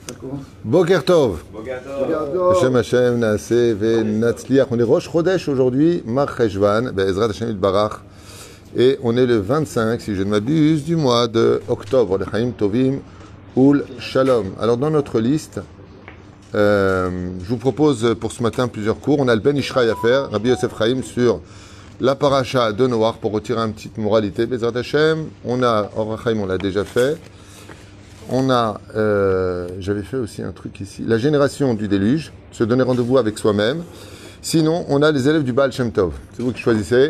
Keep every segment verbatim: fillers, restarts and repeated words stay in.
Boker Tov. Hashem Hashem Naaseh Ve'Natzliach. On est Rosh Chodesh aujourd'hui, Mar Cheshvan, Be'ezrat Hashem Yitbarach. Et on est le vingt-cinq, si je ne m'abuse, du mois de octobre, le Chaim Tovim Ul Shalom. Alors dans notre liste, euh, je vous propose pour ce matin plusieurs cours. On a le Ben Ishraï à faire, Rabbi Yosef Chaim sur la paracha de Noach pour retirer une petite moralité. Be'ezrat Hashem, on a Or Chaim, on l'a déjà fait. On a, euh, j'avais fait aussi un truc ici, la génération du déluge, se donner rendez-vous avec soi-même. Sinon, on a les élèves du Baal Shem Tov. C'est vous qui choisissez.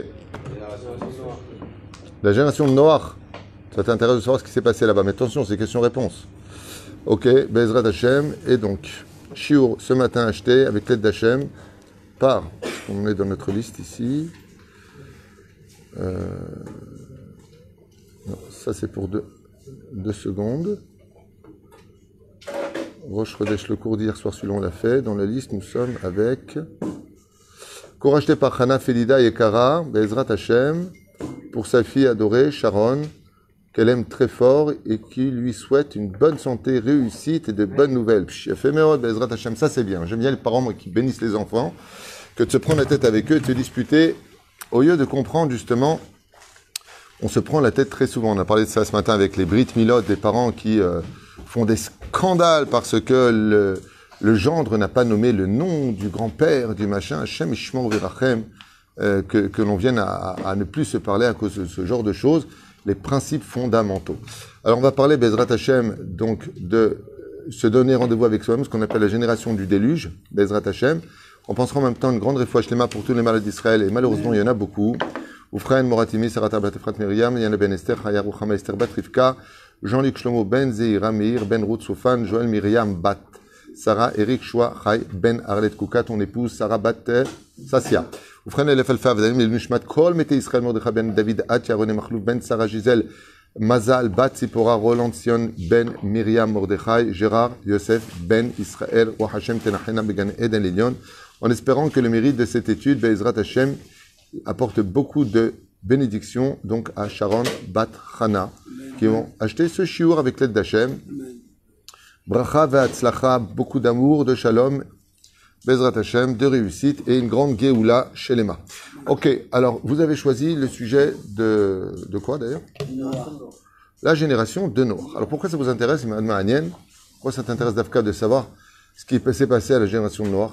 La génération de Noach. Ça t'intéresse de savoir ce qui s'est passé là-bas. Mais attention, c'est question-réponse. Ok, Be'ezrat Hashem. Et donc, Shiur, ce matin acheté avec l'aide d'Hachem par, on est dans notre liste ici. Euh, non, ça c'est pour deux, deux secondes. Rosh Chodesh, le cours d'hier soir, celui-là on l'a fait. Dans la liste, nous sommes avec cours acheté par Hana Felida et Kara, Be'ezrat Hashem, pour sa fille adorée, Sharon, qu'elle aime très fort et qui lui souhaite une bonne santé, réussite et de bonnes nouvelles. Pshifemeod, Be'ezrat Hashem, ça c'est bien. J'aime bien les parents moi, qui bénissent les enfants, que de se prendre la tête avec eux et de se disputer, au lieu de comprendre justement, on se prend la tête très souvent. On a parlé de ça ce matin avec les Brit Milot, des parents qui euh, font des scandales parce que le, le gendre n'a pas nommé le nom du grand-père, du machin, Hashem Ishmor Virachem, euh, que, que l'on vienne à, à ne plus se parler à cause de ce genre de choses, les principes fondamentaux. Alors on va parler, Be'ezrat Hashem, donc de se donner rendez-vous avec soi-même, ce qu'on appelle la génération du déluge, Be'ezrat Hashem. On pensera en même temps une grande réfouach shlema pour tous les malades d'Israël, et malheureusement il y en a beaucoup. Oufraïn Moratimi, Sarata Bat Efrat Miriam, Yana Ben Esther, Chaya Ruchama Esther Bat Rivka, Jean-Luc Shlomo Ben Zeira Meir, Ben Ruth Soufan, Joël Myriam Bat, Sarah Eric Shua, Chai Ben Arlet Kouka, ton épouse, Sarah Bat Sassia. Oufraïn Elef Alfa, Vadalim El Nishmat, Kol Mete Israël Mordechai Ben David At, Yaron Machlouf Ben Sarah Gisèle, Mazal Bat Sipora, Roland Sion Ben Myriam Mordechai, Gérard Yosef Ben Israël, Roi Hashem Tenachena Began Eden Lilion, en espérant que le mérite de cette étude, Be'ezrat Hashem, apporte beaucoup de bénédictions donc à Sharon Bat Chana qui vont acheter ce shiur avec l'aide d'Hachem. Bracha ve'atzlacha, beaucoup d'amour, de shalom, Be'ezrat Hashem, de réussite et une grande geoula shelema. Ok, alors vous avez choisi le sujet de de quoi d'ailleurs? La génération de Noach. Alors pourquoi ça vous intéresse, Madame Anienne? Pourquoi ça t'intéresse d'Afka de savoir ce qui s'est passé à la génération de Noach?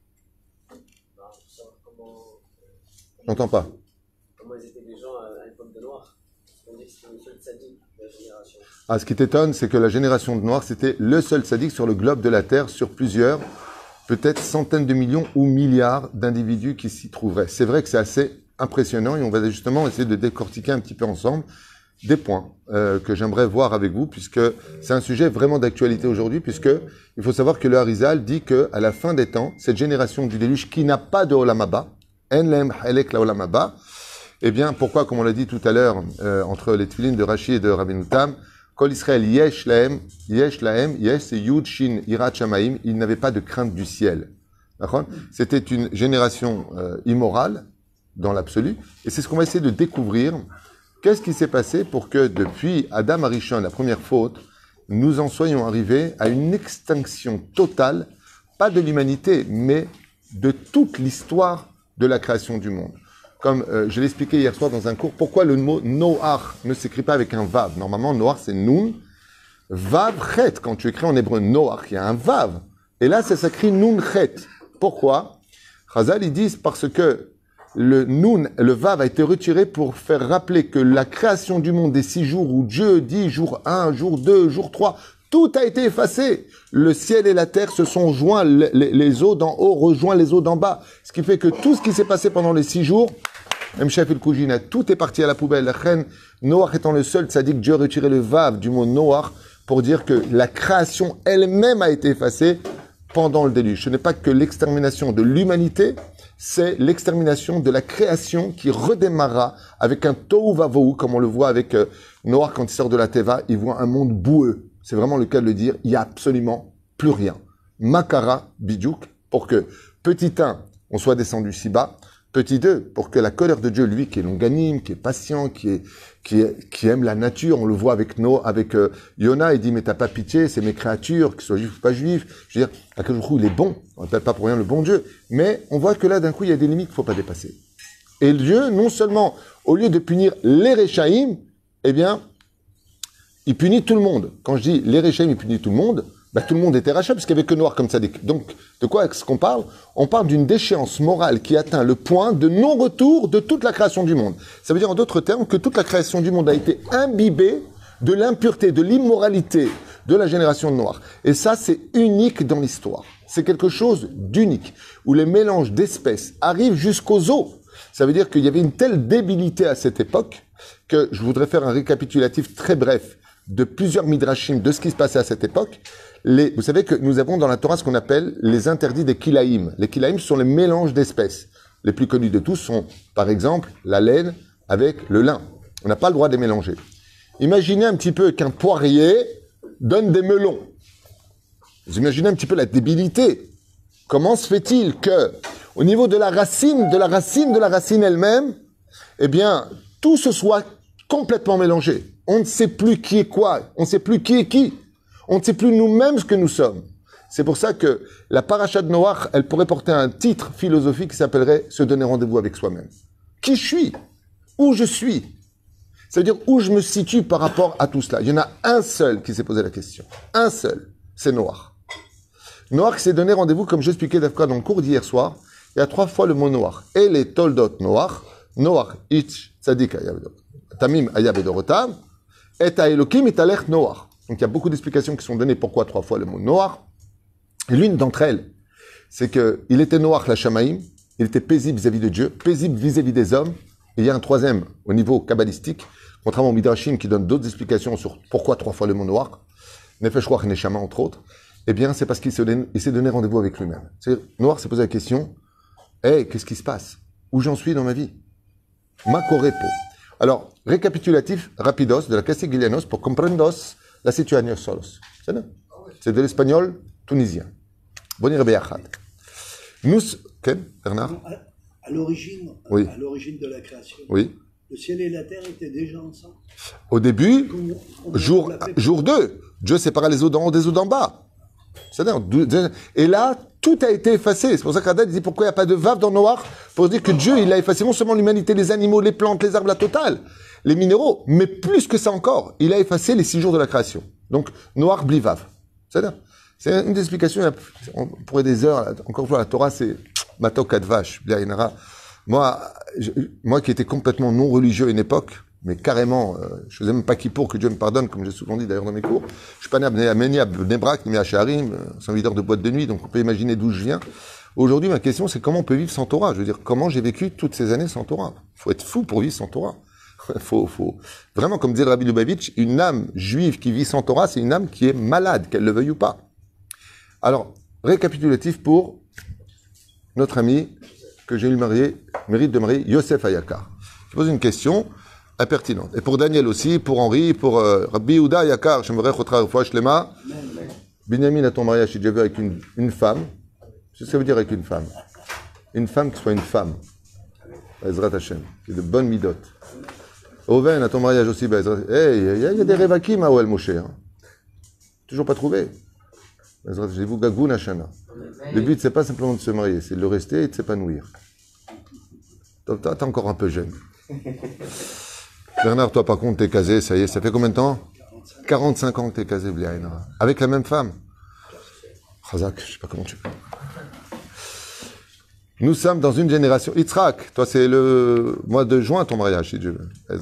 J'entends pas. Comment ils étaient des gens à l'époque de Noach? On dit que c'était le seul tzaddik de la génération. Ah, ce qui t'étonne, c'est que la génération de Noach, c'était le seul tzaddik sur le globe de la Terre, sur plusieurs, peut-être centaines de millions ou milliards d'individus qui s'y trouveraient. C'est vrai que c'est assez impressionnant et on va justement essayer de décortiquer un petit peu ensemble des points euh, que j'aimerais voir avec vous, puisque c'est un sujet vraiment d'actualité aujourd'hui, puisque il faut savoir que le Harizal dit que à la fin des temps, cette génération du déluge qui n'a pas de Olam Haba, En halek la olam haba. Eh bien, pourquoi, comme on l'a dit tout à l'heure, euh, entre les tefilines de Rashi et de Rabbeinu Tam, Kol Israël yesh lahem, yesh lahem, yesh c'est yud shin irat shamaim, ils n'avaient pas de crainte du ciel. D'accord? C'était une génération euh, immorale, dans l'absolu, et c'est ce qu'on va essayer de découvrir. Qu'est-ce qui s'est passé pour que, depuis Adam Arishon, la première faute, nous en soyons arrivés à une extinction totale, pas de l'humanité, mais de toute l'histoire de la création du monde. Comme euh, je l'ai expliqué hier soir dans un cours, pourquoi le mot Noach ne s'écrit pas avec un Vav. Normalement, Noach, c'est Nun. Vav Chet, quand tu écris en hébreu Noach, il y a un Vav. Et là, ça s'écrit Nun Chet. Pourquoi? Chazal, ils disent parce que le Nun, le Vav a été retiré pour faire rappeler que la création du monde des six jours où Dieu dit jour un, jour deux, jour trois, tout a été effacé. Le ciel et la terre se sont joints, les, les, les eaux d'en haut rejoint les eaux d'en bas. Ce qui fait que tout ce qui s'est passé pendant les six jours, M. Chef el Koujina, tout est parti à la poubelle. La reine Noach étant le seul tzaddik, Dieu a retiré le vav du mot Noach pour dire que la création elle-même a été effacée pendant le déluge. Ce n'est pas que l'extermination de l'humanité, c'est l'extermination de la création qui redémarra avec un tohu vavohu, comme on le voit avec euh, Noach quand il sort de la Teva, il voit un monde boueux. C'est vraiment le cas de le dire, il n'y a absolument plus rien. Makara, bidjouk, pour que, petit un, on soit descendu si bas, Petit deux, pour que la colère de Dieu, lui qui est longanime, qui est patient, qui, est, qui, est, qui aime la nature, on le voit avec Noé, avec euh, Yona, il dit mais t'as pas pitié, c'est mes créatures, qu'ils soient juifs ou pas juifs. Je veux dire, à quel jour il est bon, on n'appelle pas pour rien le bon Dieu, mais on voit que là d'un coup il y a des limites qu'il faut pas dépasser. Et Dieu, non seulement, au lieu de punir les Réchaïm, eh bien, il punit tout le monde. Quand je dis les Réchaïm, il punit tout le monde, bah, tout le monde était rachat, parce qu'il n'y avait que noir comme ça. Donc, de quoi est-ce qu'on parle? On parle d'une déchéance morale qui atteint le point de non-retour de toute la création du monde. Ça veut dire, en d'autres termes, que toute la création du monde a été imbibée de l'impureté, de l'immoralité de la génération de noirs. Et ça, c'est unique dans l'histoire. C'est quelque chose d'unique, où les mélanges d'espèces arrivent jusqu'aux eaux. Ça veut dire qu'il y avait une telle débilité à cette époque que je voudrais faire un récapitulatif très bref de plusieurs midrashim de ce qui se passait à cette époque. Les, vous savez que nous avons dans la Torah ce qu'on appelle les interdits des kilaïm. Les kilaïm sont les mélanges d'espèces. Les plus connus de tous sont, par exemple, la laine avec le lin. On n'a pas le droit de les mélanger. Imaginez un petit peu qu'un poirier donne des melons. Vous imaginez un petit peu la débilité. Comment se fait-il que, au niveau de la racine, de la racine, de la racine elle-même, eh bien, tout se soit complètement mélangé. On ne sait plus qui est quoi. On ne sait plus qui est qui. On ne sait plus nous-mêmes ce que nous sommes. C'est pour ça que la paracha de Noach, elle pourrait porter un titre philosophique qui s'appellerait « Se donner rendez-vous avec soi-même ». Qui je suis? Où je suis? Ça veut dire où je me situe par rapport à tout cela. Il y en a un seul qui s'est posé la question. Un seul. C'est Noach. Noach s'est donné rendez-vous, comme j'expliquais d'Afka dans le cours d'hier soir. Il y a trois fois le mot Noach. Et les Toldot Noach. Noach, Itch, Tzadik, Tamim, Ayabedorotam. Et à Elohim, et alert Noach. Donc il y a beaucoup d'explications qui sont données pourquoi trois fois le mot Noach. Et l'une d'entre elles, c'est qu'il était Noach la Shamaïm, il était paisible vis-à-vis de Dieu, paisible vis-à-vis des hommes. Et il y a un troisième au niveau kabbalistique, contrairement au Midrashim qui donne d'autres explications sur pourquoi trois fois le mot Noach, Nefesh Ruach et Neshama entre autres. Eh bien, c'est parce qu'il s'est donné, donné rendez-vous avec lui-même. Noach s'est posé la question, hé, hey, qu'est-ce qui se passe? Où j'en suis dans ma vie? Ma corepo. Alors, récapitulatif rapidos de la Castiglianos pour comprendos la situation solos. C'est bien. C'est de l'espagnol tunisien. Bonir beyachad. Nous, Ken, Bernard? À l'origine, oui. à l'origine de la création, oui. Le ciel et la terre étaient déjà ensemble. Au début, Comment, comment jour, jour deux, Dieu sépara les eaux d'en haut des eaux d'en bas. C'est-à-dire, et là, tout a été effacé. C'est pour ça qu'Adad dit pourquoi il n'y a pas de vav dans Noach, pour dire que Dieu, il a effacé non seulement l'humanité, les animaux, les plantes, les arbres, la totale, les minéraux, mais plus que ça encore, il a effacé les six jours de la création. Donc, Noach blivav. C'est-à-dire, c'est une des explications, on pourrait des heures, encore une fois, la Torah, c'est matok advash, bliaïnara. Moi, je, moi qui étais complètement non religieux à une époque, mais carrément, euh, je faisais même pas kippour, que Dieu me pardonne, comme j'ai souvent dit d'ailleurs dans mes cours. Je suis pas né à Bnei Brak, ni à Sharim, sans leader de boîte de nuit, donc on peut imaginer d'où je viens. Aujourd'hui, ma question, c'est comment on peut vivre sans Torah? Je veux dire, comment j'ai vécu toutes ces années sans Torah? Faut être fou pour vivre sans Torah. faut, faut, vraiment, comme disait le Rabbi Lubavitch, une âme juive qui vit sans Torah, c'est une âme qui est malade, qu'elle le veuille ou pas. Alors, récapitulatif pour notre ami que j'ai eu le marié, mérite de marier, Yosef Ayakar. Je pose une question impertinente. Et pour Daniel aussi, pour Henri, pour euh, Rabbi Yehuda Ayakar, je me réchotra fois Shlema. Binyamin a ton mariage chez Dieu avec une, une femme. C'est ce que ça veut dire avec une femme. Une femme qui soit une femme. Ezrat Hashem, qui est de bonne midot. Oven a ton mariage aussi, Ezrat Hashem. Hey, il y, y a des revakim à Oel Moshe. Hein. Toujours pas trouvé. Ezrat Hashem, vous Gagoun Hashana. Le but, c'est pas simplement de se marier, c'est de le rester et de s'épanouir. T'es encore un peu jeune. Bernard, toi, par contre, t'es casé, ça y est, ça fait combien de temps? quarante-cinq ans que t'es casé, Bliaïna. Avec la même femme. Chazak, je sais pas comment tu peux. Nous sommes dans une génération. Yitzhak, toi, c'est le mois de juin, ton mariage, si Dieu veut.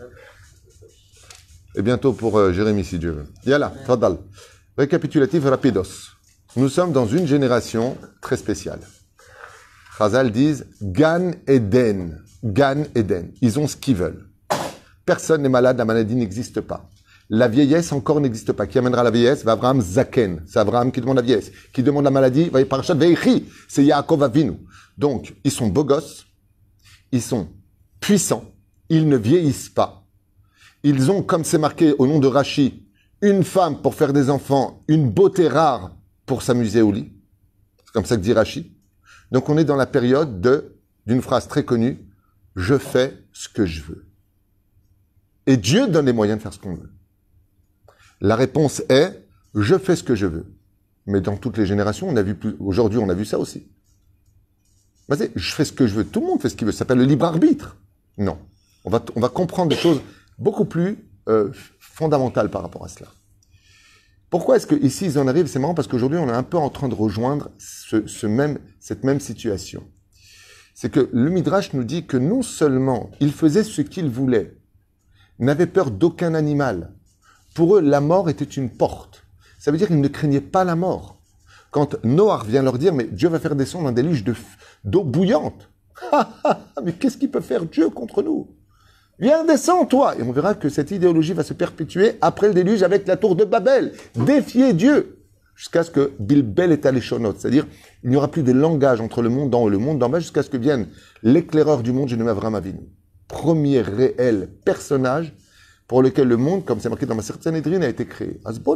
Et bientôt pour euh, Jérémie, si Dieu veut. Yalla, Fadal. Récapitulatif rapidos. Nous sommes dans une génération très spéciale. Chazal disent Gan Eden. Gan Eden. Ils ont ce qu'ils veulent. Personne n'est malade, la maladie n'existe pas. La vieillesse encore n'existe pas. Qui amènera la vieillesse? Va Abraham Zaken. C'est Abraham qui demande la vieillesse. Qui demande la maladie? Va Parashat Veichi. C'est Yaakov Avinu. Donc, ils sont beaux gosses. Ils sont puissants. Ils ne vieillissent pas. Ils ont, comme c'est marqué au nom de Rashi, une femme pour faire des enfants, une beauté rare pour s'amuser au lit. C'est comme ça que dit Rashi. Donc, on est dans la période de d'une phrase très connue, « Je fais ce que je veux ». Et Dieu donne les moyens de faire ce qu'on veut. La réponse est « Je fais ce que je veux ». Mais dans toutes les générations, on a vu plus... aujourd'hui, on a vu ça aussi. Vas-y, je fais ce que je veux. Tout le monde fait ce qu'il veut. Ça s'appelle le libre arbitre. Non. On va, on va comprendre des choses beaucoup plus euh, fondamentales par rapport à cela. Pourquoi est-ce qu'ici, ils en arrivent? C'est marrant parce qu'aujourd'hui, on est un peu en train de rejoindre ce, ce même, cette même situation. C'est que le Midrash nous dit que non seulement ils faisaient ce qu'ils voulaient, n'avaient peur d'aucun animal. Pour eux, la mort était une porte. Ça veut dire qu'ils ne craignaient pas la mort. Quand Noach vient leur dire, mais Dieu va faire descendre un déluge de, d'eau bouillante. Mais qu'est-ce qu'il peut faire Dieu contre nous? Viens, descends, toi. Et on verra que cette idéologie va se perpétuer après le déluge avec la tour de Babel. Défier Dieu. Jusqu'à ce que Bilbel est à l'échonnote. C'est-à-dire, il n'y aura plus de langage entre le monde d'en haut et le monde d'en bas jusqu'à ce que vienne l'éclaireur du monde, j'ai nommé Avraham Avinu. Premier réel personnage pour lequel le monde, comme c'est marqué dans ma Sanhédrin, a été créé.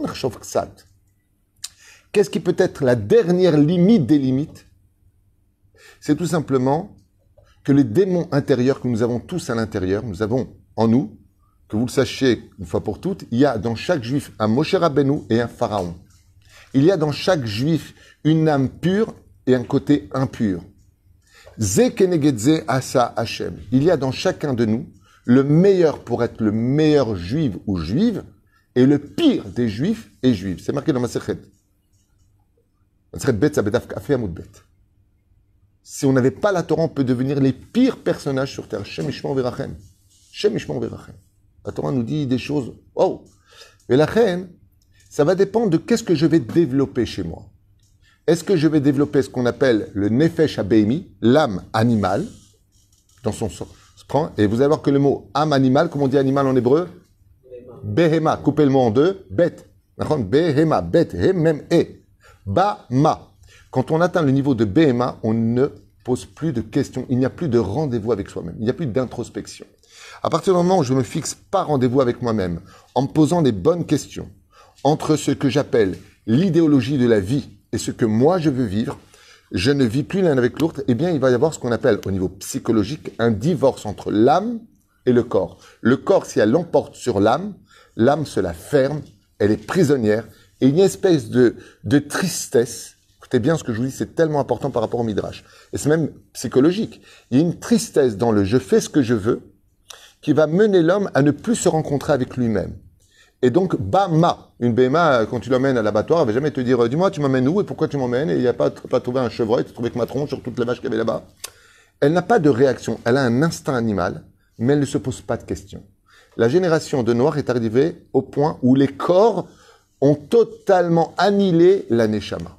Qu'est-ce qui peut être la dernière limite des limites? C'est tout simplement que les démons intérieurs que nous avons tous à l'intérieur, nous avons en nous, que vous le sachiez une fois pour toutes, il y a dans chaque juif un Moshe Rabbeinu et un pharaon. Il y a dans chaque juif une âme pure et un côté impur. Ze kenegedze asa Hashem. Il y a dans chacun de nous le meilleur pour être le meilleur juif ou juive et le pire des juifs et juives. C'est marqué dans ma Masechet. Masechet Bet, ça bedaf kafé amoud bet. Si on n'avait pas la Torah, on peut devenir les pires personnages sur terre. Shem Ishma Verachem. Shem Ishma Verachem. La Torah nous dit des choses. Oh! Mais la reine, ça va dépendre de qu'est-ce que je vais développer chez moi. Est-ce que je vais développer ce qu'on appelle le nefesh habeimi, l'âme animale, dans son sens. Et vous allez voir que le mot âme animale, comme on dit animal en hébreu, behema, coupez le mot en deux, bet. Behema, bet, he, même, e. Ba-ma. Quand on atteint le niveau de behema, on ne pose plus de questions. Il n'y a plus de rendez-vous avec soi-même. Il n'y a plus d'introspection. À partir du moment où je ne me fixe pas rendez-vous avec moi-même, en me posant les bonnes questions, entre ce que j'appelle l'idéologie de la vie et ce que moi je veux vivre, je ne vis plus l'un avec l'autre, eh bien il va y avoir ce qu'on appelle au niveau psychologique un divorce entre l'âme et le corps. Le corps, si elle l'emporte sur l'âme, l'âme se la ferme, elle est prisonnière, et une espèce de, de tristesse. Écoutez bien ce que je vous dis, c'est tellement important par rapport au Midrash. Et c'est même psychologique. Il y a une tristesse dans le « je fais ce que je veux » qui va mener l'homme à ne plus se rencontrer avec lui-même. Et donc, Bama, une Béma, quand tu l'emmènes à l'abattoir, elle ne va jamais te dire « dis-moi, tu m'emmènes où et pourquoi tu m'emmènes ?» Et il n'y a pas, pas trouvé un chevreuil, tu as trouvé que ma tronche sur toute la vache qu'il y avait là-bas. Elle n'a pas de réaction, elle a un instinct animal, mais elle ne se pose pas de questions. La génération de Noach est arrivée au point où les corps ont totalement annihilé la Neshama.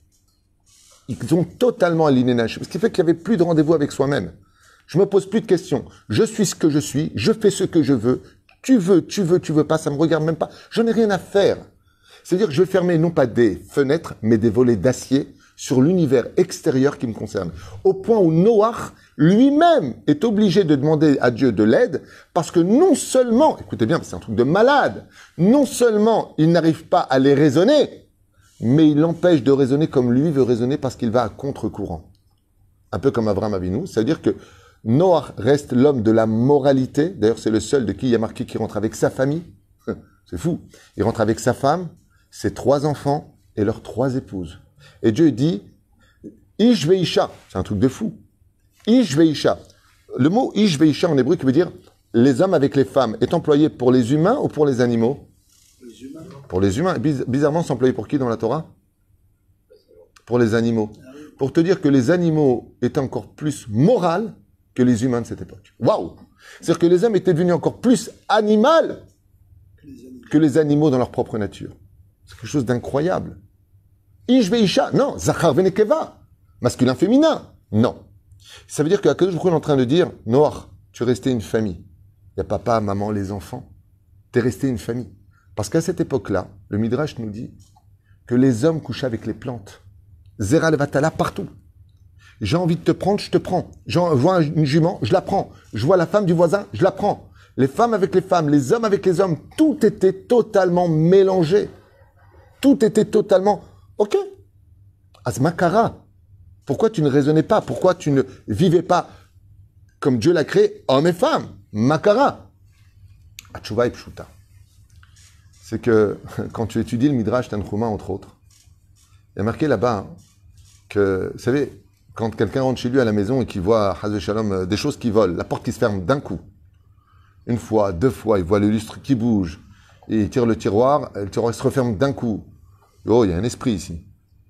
Ils ont totalement aligné la Neshama, ce qui fait qu'il n'y avait plus de rendez-vous avec soi-même. Je ne me pose plus de questions. Je suis ce que je suis, je fais ce que je veux. Tu veux, tu veux, tu veux pas, ça me regarde même pas. Je n'ai rien à faire. C'est-à-dire que je vais fermer non pas des fenêtres, mais des volets d'acier sur l'univers extérieur qui me concerne. Au point où Noach lui-même est obligé de demander à Dieu de l'aide parce que non seulement, écoutez bien, c'est un truc de malade, non seulement il n'arrive pas à les raisonner, mais il l'empêche de raisonner comme lui veut raisonner parce qu'il va à contre-courant. Un peu comme Avraham Avinu, c'est-à-dire que Noach reste l'homme de la moralité. D'ailleurs, c'est le seul de qui il y a marqué qu'il rentre avec sa famille. C'est fou. Il rentre avec sa femme, ses trois enfants et leurs trois épouses. Et Dieu dit Ish veisha. C'est un truc de fou. Ish veisha. Le mot Ish veisha en hébreu qui veut dire les hommes avec les femmes est employé pour les humains ou pour les animaux? Les humains. Pour les humains. Bizarrement, c'est employé pour qui dans la Torah? Pour les animaux. Pour te dire que les animaux étaient encore plus moraux que les humains de cette époque. Waouh! C'est-à-dire que les hommes étaient devenus encore plus animal que les animaux dans leur propre nature. C'est quelque chose d'incroyable. Ish veisha, non. Zachar venekeva, masculin, féminin, non. Ça veut dire que Akadosh Baruch Hu est en train de dire, Noach, tu es resté une famille. Il n'y a papa, maman, les enfants. Tu es resté une famille. Parce qu'à cette époque-là, le Midrash nous dit que les hommes couchaient avec les plantes. Zera levatala partout. J'ai envie de te prendre, je te prends. Je vois une jument, je la prends. Je vois la femme du voisin, je la prends. Les femmes avec les femmes, les hommes avec les hommes, tout était totalement mélangé. Tout était totalement... Ok. Azmakara. Pourquoi tu ne raisonnais pas? Pourquoi tu ne vivais pas comme Dieu l'a créé, homme et femme? Makara. Atchouva et Pshuta. C'est que quand tu étudies le Midrash Tanchuma, entre autres, il y a marqué là-bas hein, que, vous savez, quand quelqu'un rentre chez lui à la maison et qu'il voit, Hazve Shalom, des choses qui volent, la porte qui se ferme d'un coup, une fois, deux fois, il voit le lustre qui bouge, et il tire le tiroir, et le tiroir se referme d'un coup. Oh, il y a un esprit ici.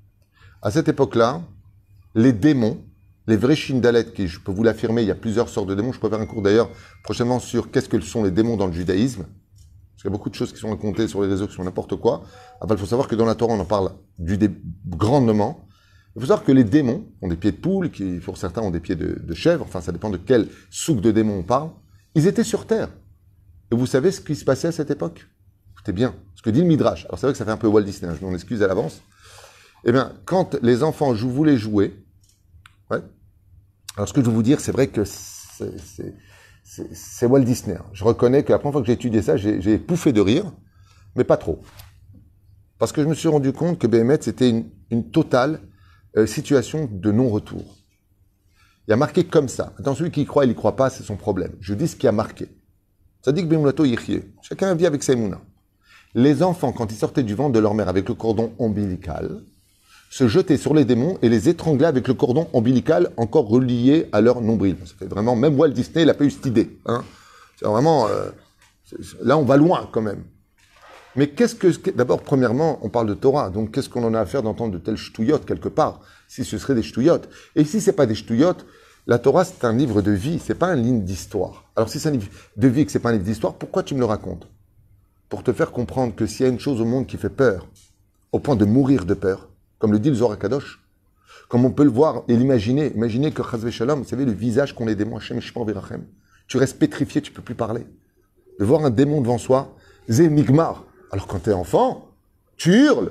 À cette époque-là, les démons, les vrais Shindalet, qui, je peux vous l'affirmer, il y a plusieurs sortes de démons. Je peux faire un cours d'ailleurs prochainement sur qu'est-ce que sont les démons dans le judaïsme. Parce qu'il y a beaucoup de choses qui sont racontées sur les réseaux qui sont n'importe quoi. Enfin, il faut savoir que dans la Torah, on en parle du dé... grandement. Il faut savoir que les démons ont des pieds de poule, qui, pour certains, ont des pieds de, de chèvre. Enfin, ça dépend de quel souk de démons on parle. Ils étaient sur Terre. Et vous savez ce qui se passait à cette époque? Écoutez bien, ce que dit le Midrash. Alors, c'est vrai que ça fait un peu Walt Disney, hein, je m'en excuse à l'avance. Eh bien, quand les enfants jou- voulaient jouer, ouais. Alors, ce que je veux vous dire, c'est vrai que c'est, c'est, c'est, c'est Walt Disney. Hein. Je reconnais que la première fois que j'ai étudié ça, j'ai, j'ai pouffé de rire, mais pas trop. Parce que je me suis rendu compte que B M H, c'était une, une totale euh, situation de non-retour. Il y a marqué comme ça. Attends, celui qui y croit, il n'y croit pas, c'est son problème. Je dis ce qui a marqué. Ça dit que Bimlato Yichye. Chacun vit avec sa émouna. Les enfants, quand ils sortaient du ventre de leur mère avec le cordon ombilical, se jetaient sur les démons et les étranglaient avec le cordon ombilical encore relié à leur nombril. Ça fait vraiment, même Walt Disney, il n'a pas eu cette idée. Hein. C'est vraiment, euh, c'est, là on va loin quand même. Mais qu'est-ce que, d'abord, premièrement, on parle de Torah, donc qu'est-ce qu'on en a à faire d'entendre de telles ch'touillottes quelque part, si ce serait des ch'touillottes? Et si c'est pas des ch'touillottes, la Torah c'est un livre de vie, c'est pas un livre d'histoire. Alors si c'est un livre de vie et que c'est pas un livre d'histoire, pourquoi tu me le racontes? Pour te faire comprendre que s'il y a une chose au monde qui fait peur, au point de mourir de peur, comme le dit le Zohar Kadosh, comme on peut le voir et l'imaginer, imaginez que Chazve Shalom, vous savez, le visage qu'ont les démons, Hashem Shmor Virachem, tu restes pétrifié, tu peux plus parler. De voir un démon devant soi, Zé Migmar. Alors quand tu es enfant, tu hurles.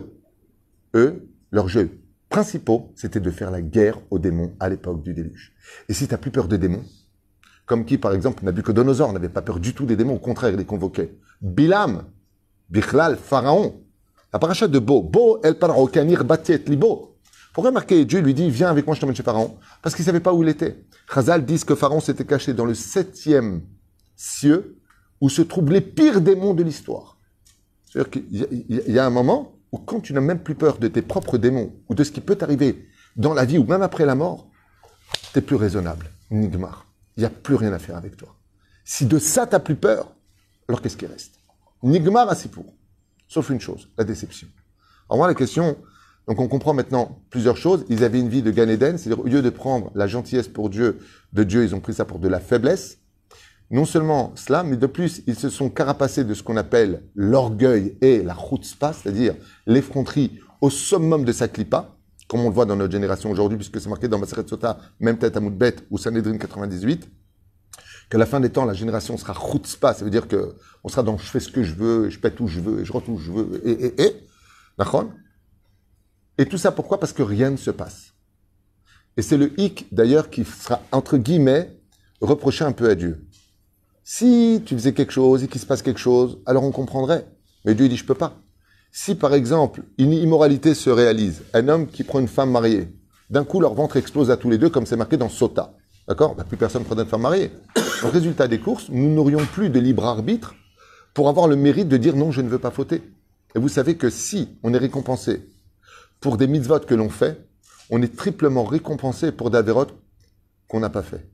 Eux, leurs jeux principaux, c'était de faire la guerre aux démons à l'époque du déluge. Et si tu n'as plus peur des démons, comme qui, par exemple, Nabucodonosor n'avait pas peur du tout des démons, au contraire, il les convoquait. Bilam, Bichlal, Pharaon, la paracha de Bo, Bo el Paro Kanir Batiet Libo. Pourquoi marquer Dieu lui dit, viens avec moi, je t'emmène chez Pharaon? Parce qu'il ne savait pas où il était. Chazal disent que Pharaon s'était caché dans le septième cieux, où se trouvent les pires démons de l'histoire. C'est-à-dire qu'il y a, il y a un moment où quand tu n'as même plus peur de tes propres démons, ou de ce qui peut t'arriver dans la vie, ou même après la mort, tu es plus raisonnable. Nigmar. Il n'y a plus rien à faire avec toi. Si de ça, tu n'as plus peur, alors qu'est-ce qui reste? Nigmar à Sipour. Sauf une chose, la déception. Alors moi, la question, donc on comprend maintenant plusieurs choses. Ils avaient une vie de Gan Eden, c'est-à-dire au lieu de prendre la gentillesse pour Dieu, de Dieu, ils ont pris ça pour de la faiblesse. Non seulement cela, mais de plus, ils se sont carapacés de ce qu'on appelle l'orgueil et la chutzpah, c'est-à-dire l'effronterie au summum de sa klipa, comme on le voit dans notre génération aujourd'hui, puisque c'est marqué dans Maseret Sota, même tête à Moudbet ou Sanhedrin quatre-vingt-dix-huit, qu'à la fin des temps, la génération sera chutzpah, ça veut dire que on sera dans je fais ce que je veux, je pète où je veux, et je rentre où je veux, et, et, et, d'accord? Et tout ça pourquoi? Parce que rien ne se passe. Et c'est le hic, d'ailleurs, qui sera, entre guillemets, reproché un peu à Dieu. Si tu faisais quelque chose et qu'il se passe quelque chose, alors on comprendrait. Mais Dieu dit, je peux pas. Si, par exemple, une immoralité se réalise, un homme qui prend une femme mariée, d'un coup, leur ventre explose à tous les deux, comme c'est marqué dans Sota. D'accord? Bah, plus personne ne prendrait une femme mariée. Au résultat des courses, nous n'aurions plus de libre arbitre pour avoir le mérite de dire non, je ne veux pas fauter. Et vous savez que si on est récompensé pour des mitzvot que l'on fait, on est triplement récompensé pour des avérotes qu'on n'a pas fait.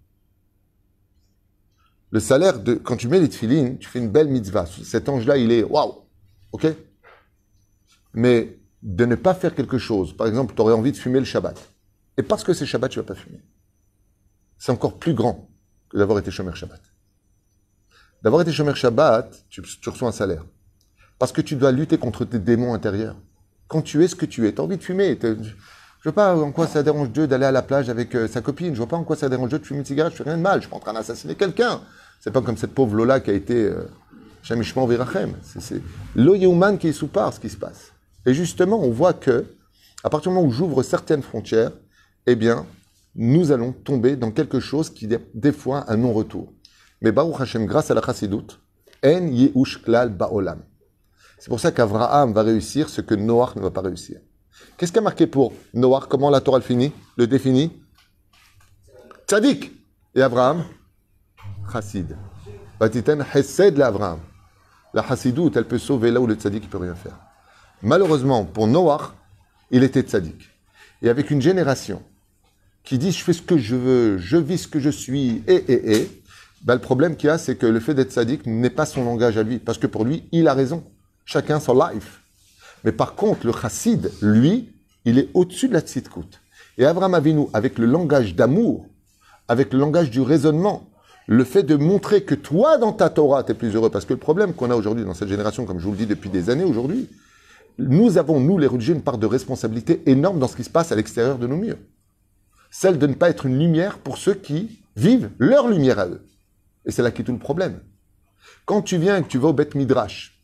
Le salaire de, quand tu mets les tefilines, tu fais une belle mitzvah. Cet ange-là, il est waouh, ok? Mais de ne pas faire quelque chose, par exemple, tu aurais envie de fumer le Shabbat. Et parce que c'est Shabbat, tu ne vas pas fumer. C'est encore plus grand que d'avoir été Shomer Shabbat. D'avoir été Shomer Shabbat, tu, tu reçois un salaire. Parce que tu dois lutter contre tes démons intérieurs. Quand tu es ce que tu es, tu as envie de fumer. Je ne vois pas en quoi ça dérange Dieu d'aller à la plage avec euh, sa copine. Je ne vois pas en quoi ça dérange Dieu de fumer une cigarette. Je ne fais rien de mal. Je suis pas en train d'assassiner quelqu'un. C'est pas comme cette pauvre Lola qui a été Shamishman Virachem. C'est l'Oyeuman qui est sous part ce qui se passe. Et justement, on voit que, à partir du moment où j'ouvre certaines frontières, eh bien, nous allons tomber dans quelque chose qui est des fois un non-retour. Mais Baruch Hashem, grâce à la Chassidut, En Yehush Klal Ba'olam. C'est pour ça qu'Avraham va réussir ce que Noach ne va pas réussir. Qu'est-ce qui a marqué pour Noach? Comment la Torah le finit, le définit? Tzadik. Et Abraham? Chassid. Batiten Hesed l'Abraham. La chassidoute, elle peut sauver là où le tzadik ne peut rien faire. Malheureusement, pour Noach, il était tzadik. Et avec une génération qui dit « je fais ce que je veux, je vis ce que je suis, et, et, et », ben, le problème qu'il y a, c'est que le fait d'être sadique n'est pas son langage à lui. Parce que pour lui, il a raison. Chacun son life. Mais par contre, le chassid, lui, il est au-dessus de la tzidkout. Et Abraham Avinu, avec le langage d'amour, avec le langage du raisonnement, le fait de montrer que toi, dans ta Torah, tu es plus heureux. Parce que le problème qu'on a aujourd'hui dans cette génération, comme je vous le dis depuis des années aujourd'hui, nous avons, nous, les religieux, une part de responsabilité énorme dans ce qui se passe à l'extérieur de nos murs. Celle de ne pas être une lumière pour ceux qui vivent leur lumière à eux. Et c'est là qu'est tout le problème. Quand tu viens et que tu vas au Beth Midrash,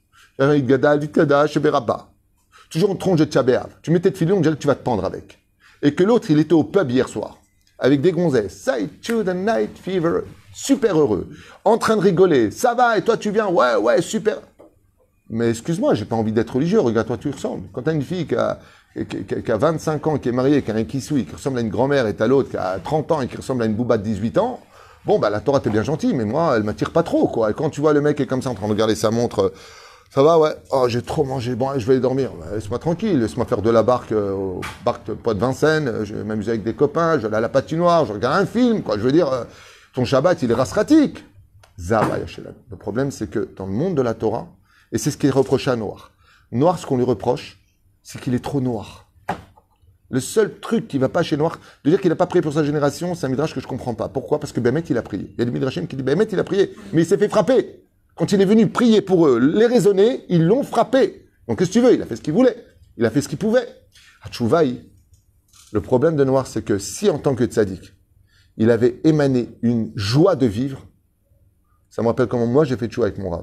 toujours en tronche de Tchabéav, tu mets tes filets, on dirait que tu vas te pendre avec. Et que l'autre, il était au pub hier soir, avec des gonzesses, Sight to the night fever, super heureux, en train de rigoler, ça va, et toi tu viens, ouais, ouais, super. Mais excuse-moi, j'ai pas envie d'être religieux, regarde-toi, tu ressembles. Quand tu as une fille qui a, qui, qui, qui a vingt-cinq ans, qui est mariée, qui a un kissoui, qui ressemble à une grand-mère, et t'as l'autre qui a trente ans et qui ressemble à une bouba de dix-huit ans, bon, bah la Torah, t'es bien gentil, mais moi, elle m'attire pas trop, quoi. Et quand tu vois le mec qui est comme ça, en train de regarder sa montre, ça va, ouais, oh, j'ai trop mangé, bon, allez, je vais aller dormir. Bah, laisse-moi tranquille, laisse-moi faire de la barque euh, au parc Poids de Vincennes, je vais m'amuser avec des copains, je vais aller à la patinoire, je regarde un film, quoi. Je veux dire, euh, ton Shabbat, il est rasratique. Zava, Yashelam. Le problème, c'est que dans le monde de la Torah, et c'est ce qui est reproché à Noir. Noir, ce qu'on lui reproche, c'est qu'il est trop noir. Le seul truc qui ne va pas chez Noir, de dire qu'il n'a pas prié pour sa génération, c'est un midrash que je ne comprends pas. Pourquoi? Parce que Bémet, il a prié. Il y a des midrashim qui disent Bémet, il a prié, mais il s'est fait frapper. Quand il est venu prier pour eux, les raisonner, ils l'ont frappé. Donc qu'est-ce que tu veux? Il a fait ce qu'il voulait. Il a fait ce qu'il pouvait. À Tchouvaï, le problème de Noir, c'est que si en tant que tzaddik, il avait émané une joie de vivre, ça me rappelle comment moi j'ai fait tchouva avec mon rab.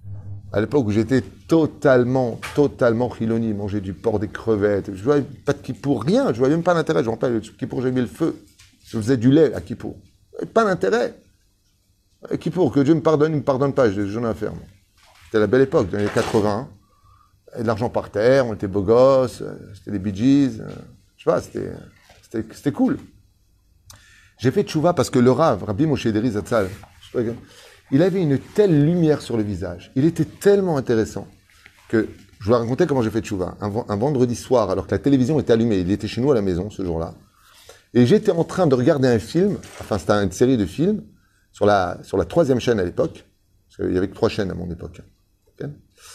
À l'époque où j'étais totalement, totalement chiloni, manger du porc, des crevettes, je voyais pas de kippour, rien, je voyais même pas d'intérêt. Je me rappelle, le kippour, j'ai mis le feu. Je faisais du lait à kippour. Pas d'intérêt. Kippour, que Dieu me pardonne, il me pardonne pas, j'en ai à faire. C'était la belle époque, dans les quatre-vingts. Il y avait de l'argent par terre, on était beaux gosses, c'était des Bee Gees. Je sais pas, c'était, c'était, c'était cool. J'ai fait tchouva parce que le Rav, Rabbi Moshe Deri Zatzal, il avait une telle lumière sur le visage, il était tellement intéressant que je vous racontais comment j'ai fait tchouva. Un, un vendredi soir, alors que la télévision était allumée, il était chez nous à la maison ce jour-là, et j'étais en train de regarder un film, enfin c'était une série de films, sur la, sur la troisième chaîne à l'époque, parce qu'il y avait que trois chaînes à mon époque. Okay,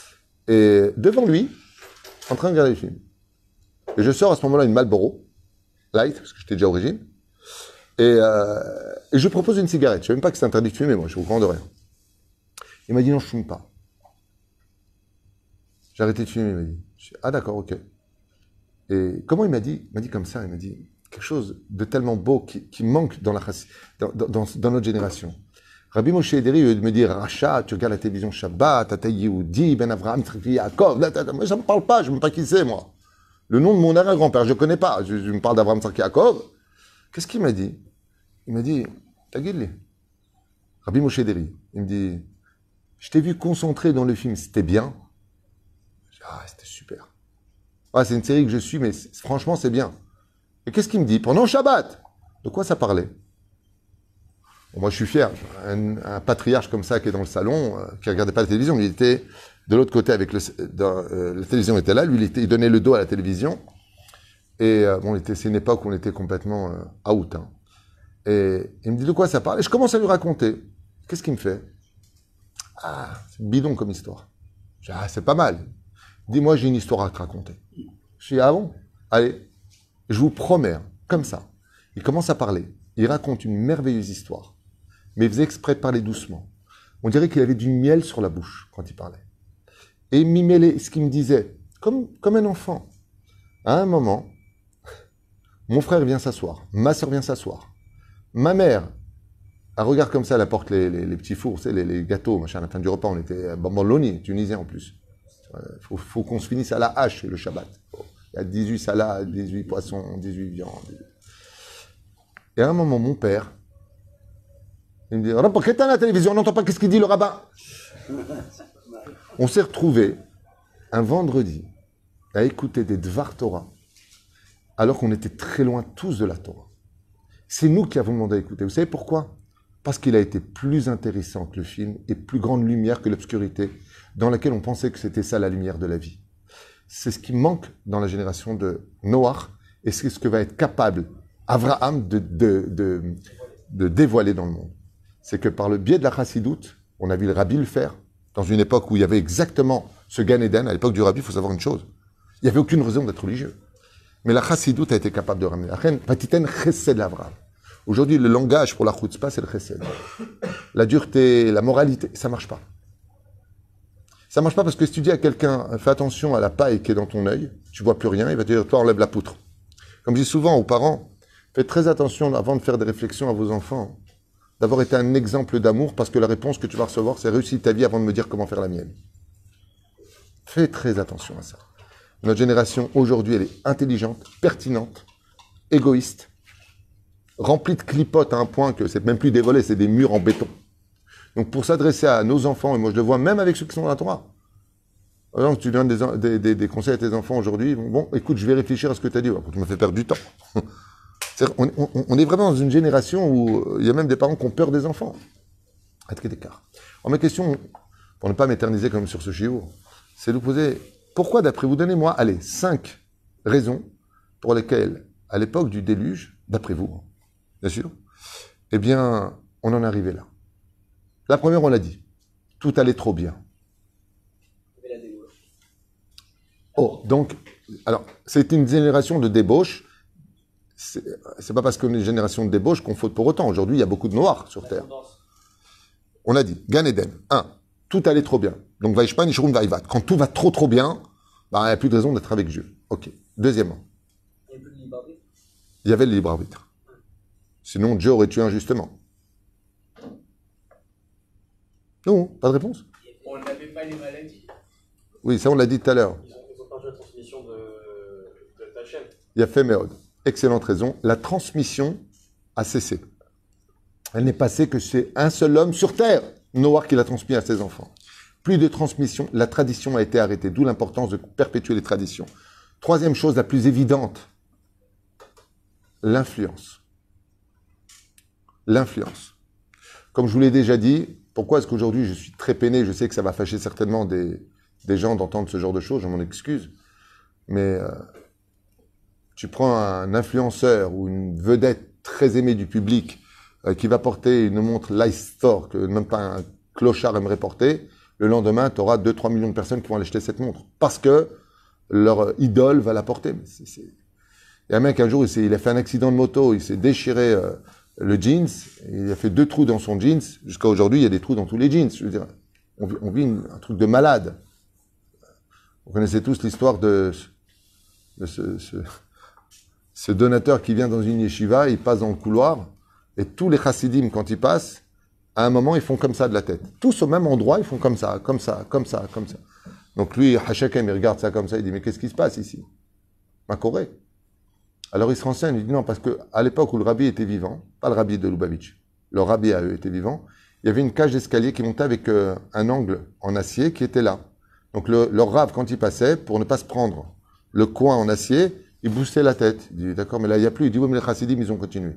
et devant lui, en train de regarder le film. Et je sors à ce moment-là une Marlboro Light, parce que j'étais déjà origine, et, euh, et je lui propose une cigarette. Je ne savais même pas que c'était interdit de fumer, moi, je suis au courant de rien. Il m'a dit non, je ne fume pas. J'ai arrêté de fumer, il m'a dit. Je dis, ah d'accord, ok. Et comment il m'a dit? Il m'a dit comme ça, il m'a dit quelque chose de tellement beau qui, qui manque dans, la, dans, dans, dans notre génération. Rabbi Moshe Ederi me dit, Racha, tu regardes la télévision Shabbat, Tata Yehoudi, Ben Avraham, Yaakov, moi ça ne me parle pas, je ne sais même pas qui c'est, moi. Le nom de mon arrière-grand-père, je ne connais pas. Je, je me parle d'Avraham Tzarki Yaakov. Qu'est-ce qu'il m'a dit? Il m'a dit, Tagidli. Rabbi Moshe Ederi, il me dit, je t'ai vu concentré dans le film, c'était bien. Je dis, ah, c'était super. Ah, c'est une série que je suis, mais franchement, c'est bien. Et qu'est-ce qu'il me dit? Pendant Shabbat, de quoi ça parlait? Bon, moi, je suis fier. Un, un patriarche comme ça qui est dans le salon, euh, qui ne regardait pas la télévision, mais il était de l'autre côté avec le... Dans, euh, la télévision était là, lui, il, était, il donnait le dos à la télévision. Et euh, bon, c'est une époque où on était complètement euh, out. Hein. Et il me dit de quoi ça parle. Et je commence à lui raconter. Qu'est-ce qu'il me fait? Ah, c'est bidon comme histoire. Je dis, ah, c'est pas mal. Dis-moi, j'ai une histoire à te raconter. Je dis, ah bon? Allez, je vous promets, hein, comme ça. Il commence à parler. Il raconte une merveilleuse histoire. Mais il faisait exprès de parler doucement. On dirait qu'il avait du miel sur la bouche quand il parlait. Et il mimait ce qu'il me disait, comme, comme un enfant. À un moment, mon frère vient s'asseoir, ma soeur vient s'asseoir. Ma mère, elle regarde comme ça, elle apporte les, les, les petits fours, les, les gâteaux, machin, à la fin du repas, on était à Bambaloni, tunisien en plus. Il faut, faut qu'on se finisse à la hache le Shabbat. Il y a dix-huit salades, dix-huit poissons, dix-huit viandes. Et à un moment, mon père, il me dit, « Pourquoi t'es à la télévision, on n'entend pas qu'est-ce qu'il dit le rabbin ?» On s'est retrouvés un vendredi à écouter des Dvar Torah alors qu'on était très loin tous de la Torah. C'est nous qui avons demandé à écouter. Vous savez pourquoi? Parce qu'il a été plus intéressant que le film et plus grande lumière que l'obscurité dans laquelle on pensait que c'était ça la lumière de la vie. C'est ce qui manque dans la génération de Noach et c'est ce que va être capable Abraham de, de, de, de dévoiler dans le monde. C'est que par le biais de la chassidoute, on a vu le rabbi le faire, dans une époque où il y avait exactement ce Gan Eden. À l'époque du rabbi, il faut savoir une chose, il n'y avait aucune raison d'être religieux. Mais la chassidoute a été capable de ramener. Patiten chesed l'Avraham. Aujourd'hui, le langage pour la chutzpah, c'est le chesed. La dureté, la moralité, ça ne marche pas. Ça ne marche pas parce que si tu dis à quelqu'un, fais attention à la paille qui est dans ton œil, tu ne vois plus rien, il va te dire, toi, enlève la poutre. Comme je dis souvent aux parents, faites très attention avant de faire des réflexions à vos enfants, d'avoir été un exemple d'amour parce que la réponse que tu vas recevoir, c'est réussir ta vie avant de me dire comment faire la mienne. Fais très attention à ça. Notre génération, aujourd'hui, elle est intelligente, pertinente, égoïste, remplie de clipotes à un point que c'est même plus des volets, c'est des murs en béton. Donc pour s'adresser à nos enfants, et moi je le vois même avec ceux qui sont dans la Torah, alors tu donnes des, des, des, des conseils à tes enfants aujourd'hui, bon, bon, écoute, je vais réfléchir à ce que tu as dit, ouais, tu m'as fait perdre du temps. On, on, on est vraiment dans une génération où il y a même des parents qui ont peur des enfants. À quel écart. Alors ma question, pour ne pas m'éterniser comme sur ce chiour, c'est de vous poser, pourquoi d'après vous, donnez-moi, allez, cinq raisons pour lesquelles, à l'époque du déluge, d'après vous, bien sûr, eh bien, on en est arrivé là. La première, on l'a dit, tout allait trop bien. Oh, donc, alors, c'est une génération de débauche. C'est, c'est pas parce qu'on est une génération de débauche qu'on faute pour autant. Aujourd'hui, il y a beaucoup de noirs sur Terre. On a dit, Gan Eden, un, tout allait trop bien. Donc, Vaishpan, Ishrum, Vaïvat. Quand tout va trop trop bien, bah, il n'y a plus de raison d'être avec Dieu. Ok. Deuxièmement. Il y a plus de libre arbitre. Il y avait le libre arbitre. Sinon, Dieu aurait tué injustement. Non, pas de réponse. On n'avait pas les maladies. Oui, ça on l'a dit tout à l'heure. Ils ont perdu la transmission de, de ta chaîne. Il y a fait Méod. Excellente raison. La transmission a cessé. Elle n'est passée que c'est un seul homme sur Terre, Noach, qui l'a transmis à ses enfants. Plus de transmission, la tradition a été arrêtée, d'où l'importance de perpétuer les traditions. Troisième chose la plus évidente, l'influence. L'influence. Comme je vous l'ai déjà dit, pourquoi est-ce qu'aujourd'hui je suis très peiné, je sais que ça va fâcher certainement des, des gens d'entendre ce genre de choses, je m'en excuse, mais euh, tu prends un influenceur ou une vedette très aimée du public euh, qui va porter une montre Leicester que même pas un clochard aimerait porter, le lendemain, tu auras deux à trois millions de personnes qui vont aller acheter cette montre parce que leur idole va la porter. Mais c'est, c'est... Il y a un mec, un jour, il, s'est, il a fait un accident de moto, il s'est déchiré euh, le jeans, il a fait deux trous dans son jeans. Jusqu'à aujourd'hui, il y a des trous dans tous les jeans. Je veux dire, on vit, on vit une, un truc de malade. Vous connaissez tous l'histoire de, de ce, ce, ce donateur qui vient dans une yeshiva, il passe dans le couloir, et tous les chassidim, quand ils passent, à un moment, ils font comme ça de la tête. Tous au même endroit, ils font comme ça, comme ça, comme ça, comme ça. Donc lui, Hachakem, il regarde ça comme ça, il dit, mais qu'est-ce qui se passe ici? Ma Corée. Alors il se renseigne, il dit non, parce qu'à l'époque où le rabbi était vivant, pas le rabbi de Lubavitch, le rabbi à eux était vivant, il y avait une cage d'escalier qui montait avec euh, un angle en acier qui était là. Donc le, leur rave, quand il passait, pour ne pas se prendre le coin en acier, il boostait la tête. Il dit, d'accord, mais là, il n'y a plus. Il dit, oui, mais les chassidim, ils ont continué.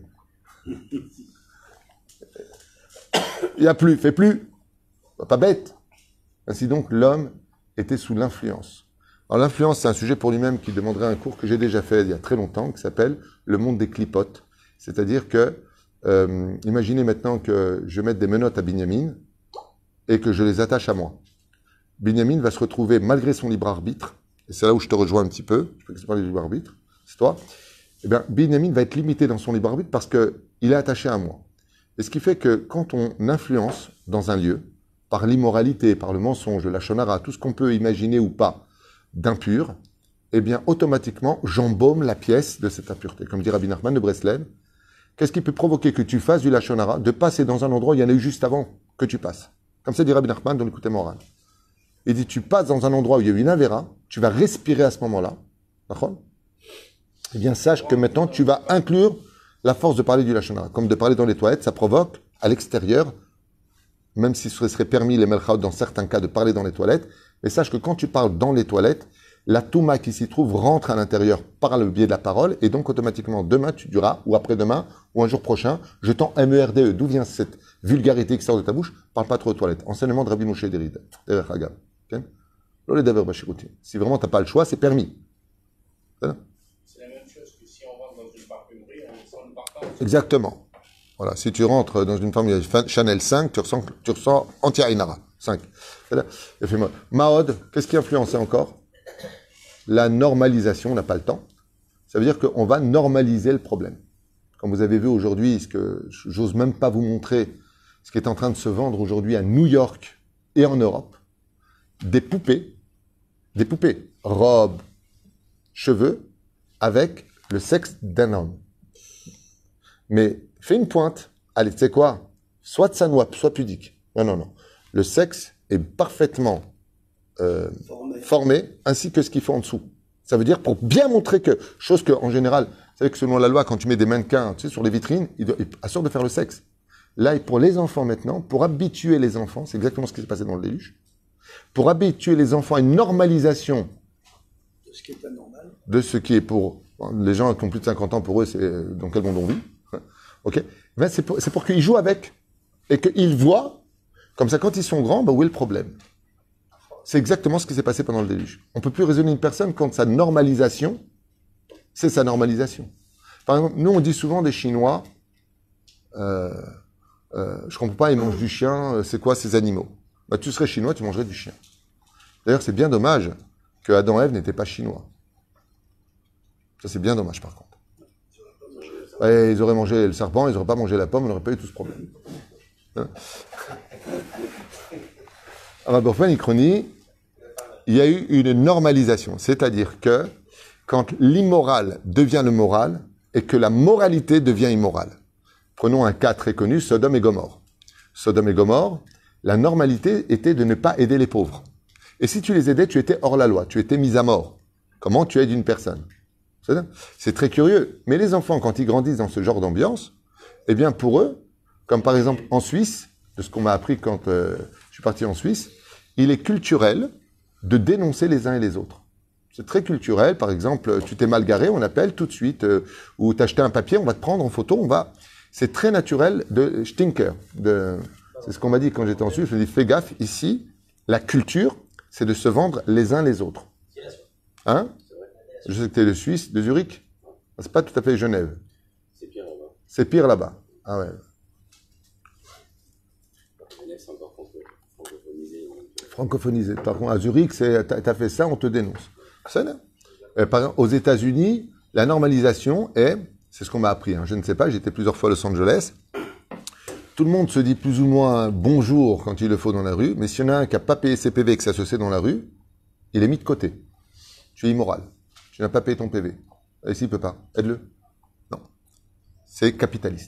Il n'y a plus, fait plus. Pas bête. Ainsi donc, l'homme était sous l'influence. Alors l'influence, c'est un sujet pour lui-même qui demanderait un cours que j'ai déjà fait il y a très longtemps, qui s'appelle le monde des clipotes. C'est-à-dire que, euh, imaginez maintenant que je mette des menottes à Binyamin et que je les attache à moi. Binyamin va se retrouver, malgré son libre arbitre, et c'est là où je te rejoins un petit peu, je peux expliquer le libre arbitre, c'est toi, eh bien, Binyamin va être limité dans son libre arbitre parce qu'il est attaché à moi. Et ce qui fait que quand on influence dans un lieu, par l'immoralité, par le mensonge, la shonara, tout ce qu'on peut imaginer ou pas d'impur, eh bien, automatiquement, j'embaume la pièce de cette impureté. Comme dit Rabbi Nachman de Breslev, qu'est-ce qui peut provoquer que tu fasses du lachonara, de passer dans un endroit où il y en a eu juste avant que tu passes? Comme ça dit Rabbi Nachman dans l'écouté moral. Il dit, tu passes dans un endroit où il y a eu une avéra, tu vas respirer à ce moment-là, d'accord? Eh bien, sache que maintenant, tu vas inclure la force de parler du lachonara. Comme de parler dans les toilettes, ça provoque, à l'extérieur, même si ce serait permis les melchaot dans certains cas de parler dans les toilettes, mais sache que quand tu parles dans les toilettes, la touma qui s'y trouve rentre à l'intérieur par le biais de la parole, et donc automatiquement, demain, tu diras, ou après-demain, ou un jour prochain, je t'en M E R D E. D'où vient cette vulgarité qui sort de ta bouche? Parle pas trop aux toilettes. Enseignement de Rabbi Moshe Derida. Si vraiment tu n'as pas le choix, c'est permis. C'est la même chose que si on rentre dans une parfumerie, on sent le parfum. Exactement. Voilà, si tu rentres dans une parfumerie Chanel cinq, tu ressens, tu ressens anti-Ainara. cinq. Mahod, qu'est-ce qui influençait encore? La normalisation, on n'a pas le temps. Ça veut dire qu'on va normaliser le problème. Comme vous avez vu aujourd'hui, ce que j'ose même pas vous montrer, ce qui est en train de se vendre aujourd'hui à New York et en Europe, des poupées, des poupées, robes, cheveux, avec le sexe d'un homme. Mais fais une pointe. Allez, tu sais quoi? Soit de sanois, soit pudique. Non, non, non. Le sexe est parfaitement euh, formé. formé, ainsi que ce qu'il faut en dessous. Ça veut dire pour bien montrer que, chose que en général, vous savez que selon la loi, quand tu mets des mannequins, tu sais, sur les vitrines, ils doivent assurent de faire le sexe. Là, et pour les enfants maintenant, pour habituer les enfants, c'est exactement ce qui s'est passé dans le déluge, pour habituer les enfants à une normalisation de ce qui est anormal, de ce qui est pour les gens qui ont plus de cinquante ans, pour eux, c'est dans quel monde on vit. Ok, ben, c'est pour, c'est pour qu'ils jouent avec et qu'ils voient, comme ça, quand ils sont grands, ben, où est le problème? C'est exactement ce qui s'est passé pendant le déluge. On ne peut plus raisonner une personne quand sa normalisation, c'est sa normalisation. Par exemple, nous, on dit souvent des Chinois, euh, euh, je ne comprends pas, ils mangent du chien, c'est quoi ces animaux? Ben, tu serais chinois, tu mangerais du chien. D'ailleurs, c'est bien dommage que Adam et Ève n'étaient pas chinois. Ça, c'est bien dommage, par contre. Ouais, ils auraient mangé le serpent, ils n'auraient pas mangé la pomme, on n'aurait pas eu tout ce problème. Hein? Alors, Borfan Ikroni, il y a eu une normalisation, c'est-à-dire que quand l'immoral devient le moral et que la moralité devient immorale. Prenons un cas très connu, Sodome et Gomorrhe. Sodome et Gomorrhe, la normalité était de ne pas aider les pauvres. Et si tu les aidais, tu étais hors la loi, tu étais mis à mort. Comment tu aides une personne? C'est très curieux. Mais les enfants, quand ils grandissent dans ce genre d'ambiance, eh bien pour eux, comme par exemple en Suisse, de ce qu'on m'a appris quand euh, je suis parti en Suisse, il est culturel de dénoncer les uns et les autres. C'est très culturel. Par exemple, tu t'es mal garé, on appelle tout de suite, euh, ou t'as acheté un papier, on va te prendre en photo, on va... C'est très naturel de stinker. De... C'est ce qu'on m'a dit quand j'étais en Suisse. Je me dis, fais gaffe, ici, la culture, c'est de se vendre les uns les autres. Hein? Je sais que tu es de Suisse, de Zurich. C'est pas tout à fait Genève. C'est pire là-bas. C'est pire là-bas. Ah ouais. Genève, c'est encore francophonisé. Francophonisé. Par contre, à Zurich, c'est, t'as, t'as fait ça, on te dénonce. C'est là. Euh, par exemple, aux États-Unis, la normalisation est, c'est ce qu'on m'a appris, hein, je ne sais pas, j'étais plusieurs fois à Los Angeles. Tout le monde se dit plus ou moins bonjour quand il le faut dans la rue, mais s'il y en a un qui n'a pas payé ses P V et qui s'associe dans la rue, il est mis de côté. Tu es immoral. Tu n'as pas payé ton P V. Et s'il ne peut pas, aide-le. Non. C'est capitaliste.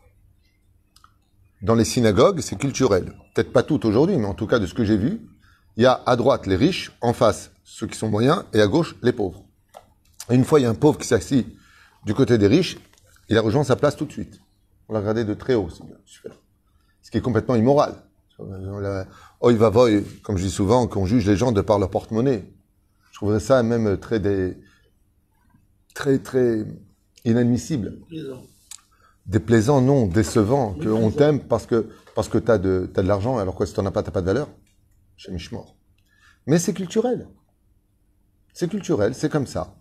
Dans les synagogues, c'est culturel. Peut-être pas toutes aujourd'hui, mais en tout cas, de ce que j'ai vu, il y a à droite les riches, en face ceux qui sont moyens, et à gauche les pauvres. Et une fois, il y a un pauvre qui s'est assis du côté des riches, il a rejoint sa place tout de suite. On l'a regardé de très haut, c'est bien, super. Ce qui est complètement immoral. Oi va voy, comme je dis souvent, qu'on juge les gens de par leur porte-monnaie. Je trouverais ça même très des... très, très inadmissible. Plaisant. Déplaisant, non, décevant, qu'on t'aime parce que, parce que t'as de, t'as de l'argent, alors quoi, si t'en as pas, t'as pas de valeur. Chez Michemort. Mais c'est culturel. C'est culturel, c'est comme ça.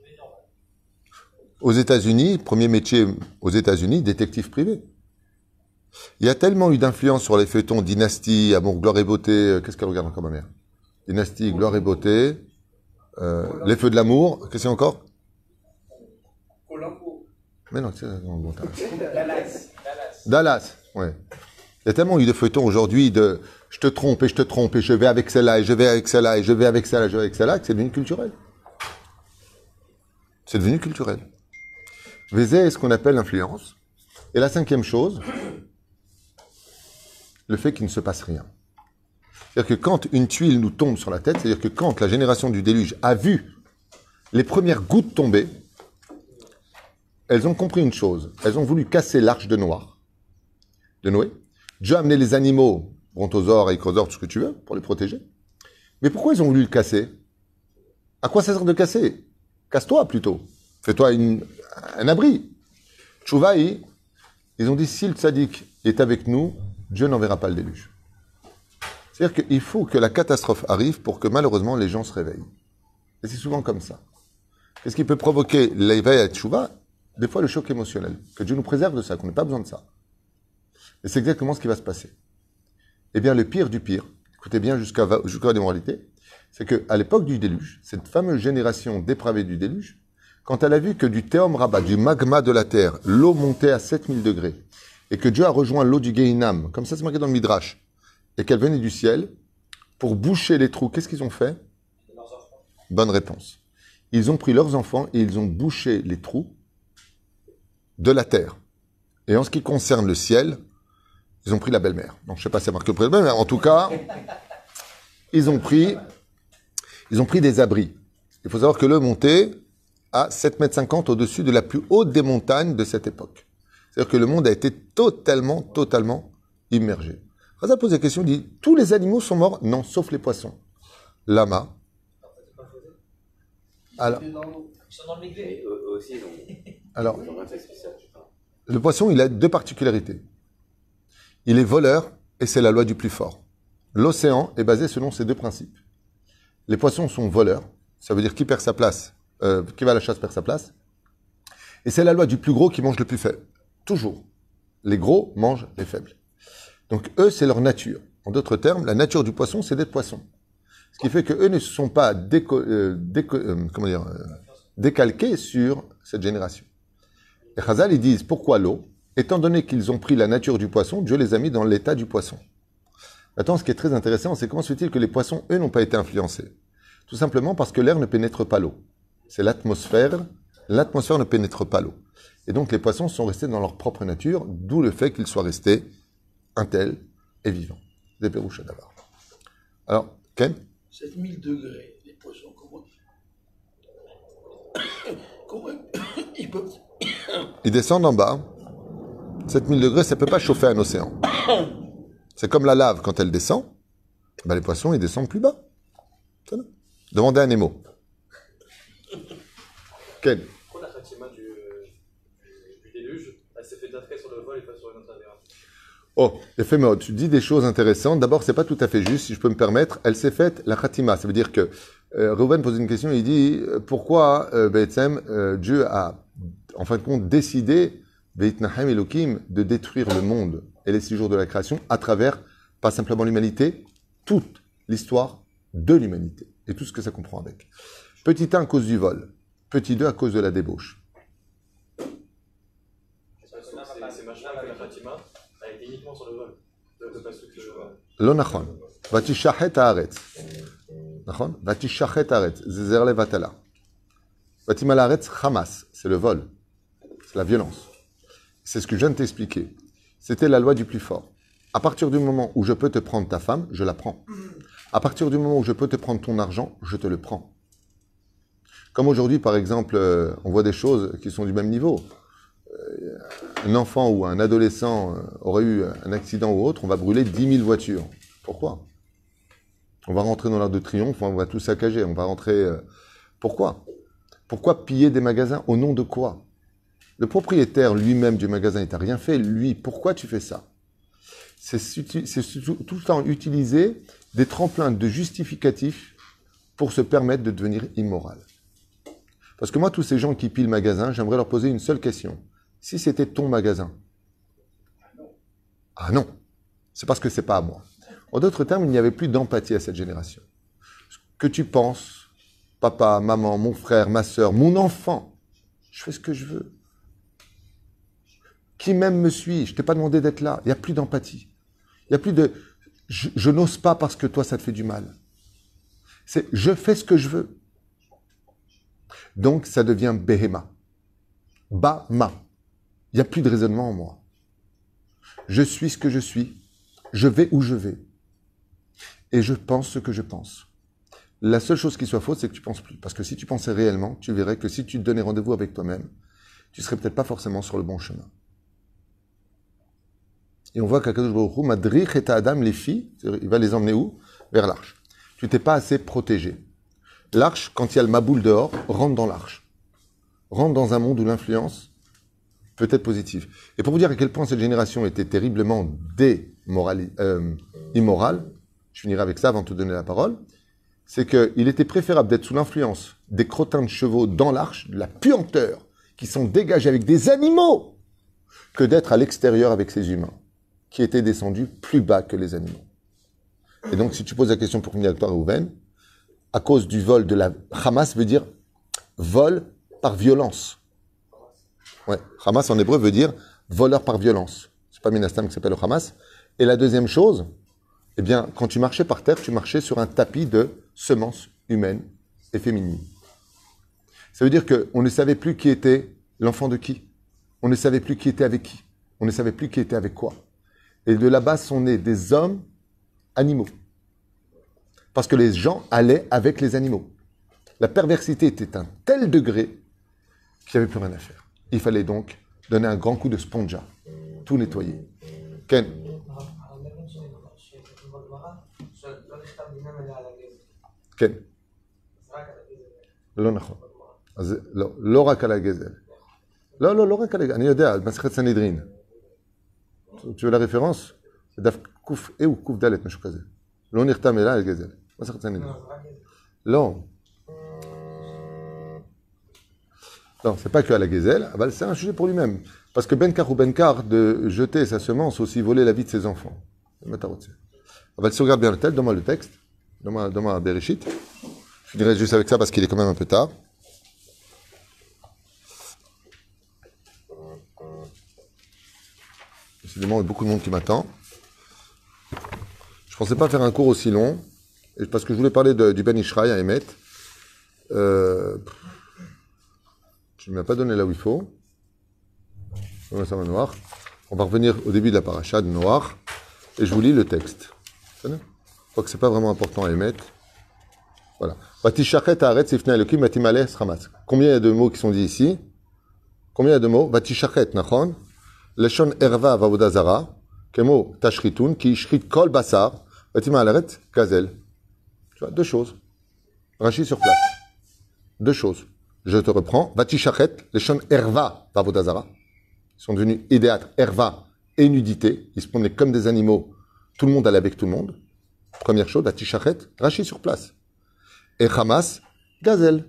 Aux États-Unis, premier métier aux États-Unis, détective privé. Il y a tellement eu d'influence sur les feuilletons Dynastie, Amour, Gloire et Beauté. Qu'est-ce qu'elle regarde encore, ma mère? Dynastie, Gloire et Beauté. Euh, les Feux de l'amour. Qu'est-ce qu'il y a encore? Colombo. Mais non, c'est bon, bon, Dallas. Dallas. Dallas, ouais. Il y a tellement eu de feuilletons aujourd'hui de je te trompe et je te trompe et je vais avec celle-là et je vais avec celle-là et je vais avec celle-là et je vais avec celle-là que c'est devenu culturel. C'est devenu culturel. Vézé est ce qu'on appelle l'influence. Et la cinquième chose, le fait qu'il ne se passe rien. C'est-à-dire que quand une tuile nous tombe sur la tête, c'est-à-dire que quand la génération du déluge a vu les premières gouttes tomber, elles ont compris une chose. Elles ont voulu casser l'arche de Noé. De Noé. Dieu a amené les animaux, brontosaures, ichthyosaures, tout ce que tu veux, pour les protéger. Mais pourquoi ils ont voulu le casser? À quoi ça sert de casser? Casse-toi plutôt. Fais-toi une, un abri. Tchouvaï, ils ont dit si le tzaddik est avec nous, Dieu n'enverra pas le déluge. C'est-à-dire qu'il faut que la catastrophe arrive pour que malheureusement les gens se réveillent. Et c'est souvent comme ça. Qu'est-ce qui peut provoquer l'éveil à Tchouva? Des fois le choc émotionnel. Que Dieu nous préserve de ça, qu'on n'ait pas besoin de ça. Et c'est exactement ce qui va se passer. Eh bien, le pire du pire, écoutez bien jusqu'à jusqu'à la démoralité, c'est qu'à l'époque du déluge, cette fameuse génération dépravée du déluge, quand elle a vu que du Théom Rabat, du magma de la terre, l'eau montait à sept mille degrés, et que Dieu a rejoint l'eau du Gehinam, comme ça c'est marqué dans le Midrash, et qu'elle venait du ciel, pour boucher les trous, qu'est-ce qu'ils ont fait? Bonne réponse. Ils ont pris leurs enfants et ils ont bouché les trous de la terre. Et en ce qui concerne le ciel, ils ont pris la belle-mère. Donc je ne sais pas si c'est marqué auprès de la belle-mère, en tout cas, ils ont pris, ils ont pris des abris. Il faut savoir que l'eau montait à sept mètres cinquante au-dessus de la plus haute des montagnes de cette époque. C'est-à-dire que le monde a été totalement, totalement immergé. Razal pose la question, il dit, tous les animaux sont morts? Non, sauf les poissons. Lama. Alors, Ils sont dans le Miglé. Eux aussi, ils ont, alors, ils ont un fait spécial, je sais pas. le poisson, il a deux particularités. Il est voleur et c'est la loi du plus fort. L'océan est basé selon ces deux principes. Les poissons sont voleurs, ça veut dire qui perd sa place, euh, qui va à la chasse perd sa place. Et c'est la loi du plus gros qui mange le plus faible. Toujours. Les gros mangent les faibles. Donc eux, c'est leur nature. En d'autres termes, la nature du poisson, c'est d'être poisson. Ce qui fait qu'eux ne se sont pas déco, euh, déco, euh, comment dire, euh, décalqués sur cette génération. Et Chazal, ils disent, pourquoi l'eau? Étant donné qu'ils ont pris la nature du poisson, Dieu les a mis dans l'état du poisson. Maintenant, ce qui est très intéressant, c'est comment se fait-il que les poissons, eux, n'ont pas été influencés? Tout simplement parce que l'air ne pénètre pas l'eau. C'est l'atmosphère. L'atmosphère ne pénètre pas l'eau. Et donc, les poissons sont restés dans leur propre nature, d'où le fait qu'ils soient restés intels et vivants. Des pérouches d'abord. Alors, Ken? sept mille degrés, les poissons, comment Comment ils peuvent... Ils descendent en bas. sept mille degrés, ça ne peut pas chauffer un océan. C'est comme la lave, quand elle descend, ben les poissons, ils descendent plus bas. Demandez à Nemo. Ken? Pourquoi la Fatima du, du, du déluge, elle s'est fait d'affray sur le vol et pas sur une autre avion? Oh, éphémère, tu dis des choses intéressantes. D'abord, c'est pas tout à fait juste, si je peux me permettre. Elle s'est faite la khatima. Ça veut dire que euh, Reuven pose une question, il dit euh, pourquoi euh, Be'etzem, euh, Dieu a, en fin de compte, décidé Be'itnahem Elohim de détruire le monde et les six jours de la création à travers, pas simplement l'humanité, toute l'histoire de l'humanité et tout ce que ça comprend avec. Petit un à cause du vol, petit deux à cause de la débauche. C'est machin que la Fatima, elle était uniquement sur le vol. De pas ce que je vois. לא נכון. ותשחט הארץ. נכון? ותשחט הארץ. זה זר לבטלה. ותימל הארץ, Hamas. C'est le vol. C'est la violence. C'est ce que je viens de t'expliquer. C'était la loi du plus fort. À partir du moment où je peux te prendre ta femme, je la prends. À partir du moment où je peux te prendre ton argent, je te le prends. Comme aujourd'hui, par exemple, euh, on voit des choses qui sont du même niveau. Euh, un enfant ou un adolescent euh, aurait eu un accident ou autre, on va brûler dix mille voitures. Pourquoi? On va rentrer dans l'art de triomphe, on va tout saccager, on va rentrer... Euh, pourquoi? Pourquoi piller des magasins? Au nom de quoi? Le propriétaire lui-même du magasin, il t'a rien fait. Lui, pourquoi tu fais ça? C'est tout le temps utiliser des tremplins de justificatifs pour se permettre de devenir immoral. Parce que moi, tous ces gens qui pillent le magasin, j'aimerais leur poser une seule question. Si c'était ton magasin? Ah non, c'est parce que c'est pas à moi. En d'autres termes, il n'y avait plus d'empathie à cette génération. Ce que tu penses, papa, maman, mon frère, ma sœur, mon enfant, je fais ce que je veux. Qui même me suit? Je t'ai pas demandé d'être là. Il n'y a plus d'empathie. Il n'y a plus de je, je n'ose pas parce que toi, ça te fait du mal. C'est je fais ce que je veux. Donc, ça devient Behema. Ba-ma. Il n'y a plus de raisonnement en moi. Je suis ce que je suis. Je vais où je vais. Et je pense ce que je pense. La seule chose qui soit fausse, c'est que tu ne penses plus. Parce que si tu pensais réellement, tu verrais que si tu te donnais rendez-vous avec toi-même, tu ne serais peut-être pas forcément sur le bon chemin. Et on voit qu'Akadosh Baruch Hu, Madrich et Adam, les filles, il va les emmener où? Vers l'arche. Tu t'es pas assez protégé. L'arche, quand il y a le maboule dehors, rentre dans l'arche. Rentre dans un monde où l'influence peut être positive. Et pour vous dire à quel point cette génération était terriblement démorali- euh, immorale, je finirai avec ça avant de te donner la parole, c'est qu'il était préférable d'être sous l'influence des crottins de chevaux dans l'arche, de la puanteur, qui sont dégagés avec des animaux, que d'être à l'extérieur avec ces humains, qui étaient descendus plus bas que les animaux. Et donc, si tu poses la question pour finir avec toi, Rouven, à cause du vol de la... Hamas veut dire vol par violence. Ouais, Hamas en hébreu veut dire voleur par violence. C'est pas Minastam qui s'appelle le Hamas. Et la deuxième chose, eh bien, quand tu marchais par terre, tu marchais sur un tapis de semences humaines et féminines. Ça veut dire qu'on ne savait plus qui était l'enfant de qui. On ne savait plus qui était avec qui. On ne savait plus qui était avec quoi. Et de là-bas sont nés des hommes animaux. Parce que les gens allaient avec les animaux. La perversité était à un tel degré qu'il n'y avait plus rien à faire. Il fallait donc donner un grand coup de spongia. Tout nettoyer. Ken. כן. לא נכון. אז לא, לא רק על הגזל. לא, לא, לא רק על הגזל. אני יודע, מסכת סנהדרין. Tu veux la référence? C'est דף קוף אה ou קוף דלת, משהו כזה. לא נחתם אלא על גזל. מסכת סנהדרין. לא. Non, c'est pas que à la gazelle, c'est un sujet pour lui-même. Parce que Benkar ou Benkar, de jeter sa semence, aussi voler la vie de ses enfants. Si tu regardes bien le tel, donne-moi le texte. Donne-moi, donne-moi Bereshit. Je finirai juste avec ça parce qu'il est quand même un peu tard. Décidément, il y a beaucoup de monde qui m'attend. Je ne pensais pas faire un cours aussi long, parce que je voulais parler de, du Ben Ishraï à Emet. Euh, je ne m'ai pas donné là où il faut. On va revenir au début de la paracha de Noach, et je vous lis le texte. Je crois que ce n'est pas vraiment important à émettre. Voilà. Combien il y a de mots qui sont dits ici? Combien il y a de mots? Vatishachet, nachon. Leshon erva vavodazara. Kemo tashritun, ki shrit kol basar. Vatimalaret, gazel. Tu vois, deux choses. Rachi sur place. Deux choses. Je te reprends. Vatishachet, leshon erva vavodazara. Ils sont devenus idéâtres, erva et nudité. Ils se promenaient comme des animaux. Tout le monde allait avec tout le monde. Première chose, Vatishachet, Rachi sur place. Et Hamas, Gazel.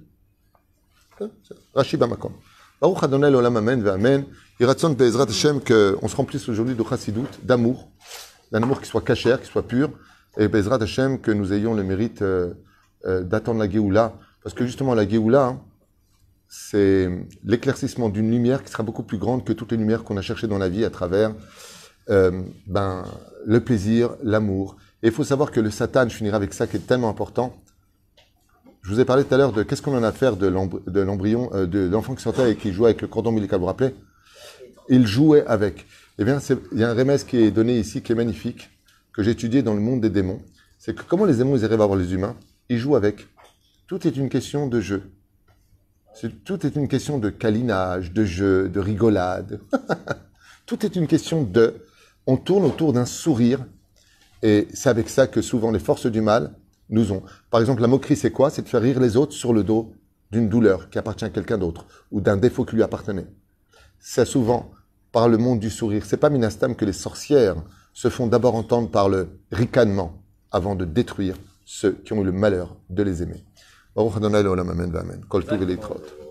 Rachi Bamakom. Baruch Adonai l'olam amen ve'amen. Il ratson be'ezrat Hashem qu'on se remplisse aujourd'hui de chassidut, d'amour, d'un amour qui soit cachère, qui soit pur, et be'ezrat Hashem que nous ayons le mérite euh, euh, d'attendre la Géoula, parce que justement la Géoula, hein, c'est l'éclaircissement d'une lumière qui sera beaucoup plus grande que toutes les lumières qu'on a cherchées dans la vie à travers euh, ben, le plaisir, l'amour. Et il faut savoir que le Satan, je finirai avec ça qui est tellement important. Je vous ai parlé tout à l'heure de qu'est-ce qu'on en a à faire de l'embryon, euh, de l'enfant qui sortait et qui jouait avec le cordon ombilical, vous vous rappelez? Il jouait avec. Eh bien, il y a un remède qui est donné ici qui est magnifique, que j'ai étudié dans le monde des démons. C'est que comment les démons ils arrivent à voir les humains? Ils jouent avec. Tout est une question de jeu. Tout est une question de câlinage, de jeu, de rigolade. Tout est une question de... On tourne autour d'un sourire. Et c'est avec ça que souvent les forces du mal nous ont. Par exemple, la moquerie, c'est quoi? C'est de faire rire les autres sur le dos d'une douleur qui appartient à quelqu'un d'autre ou d'un défaut qui lui appartenait. C'est souvent par le monde du sourire. C'est pas Minastam que les sorcières se font d'abord entendre par le ricanement avant de détruire ceux qui ont eu le malheur de les aimer. Baruch Adonai l'olam amen v'amen. Kol tuv v'leitrot.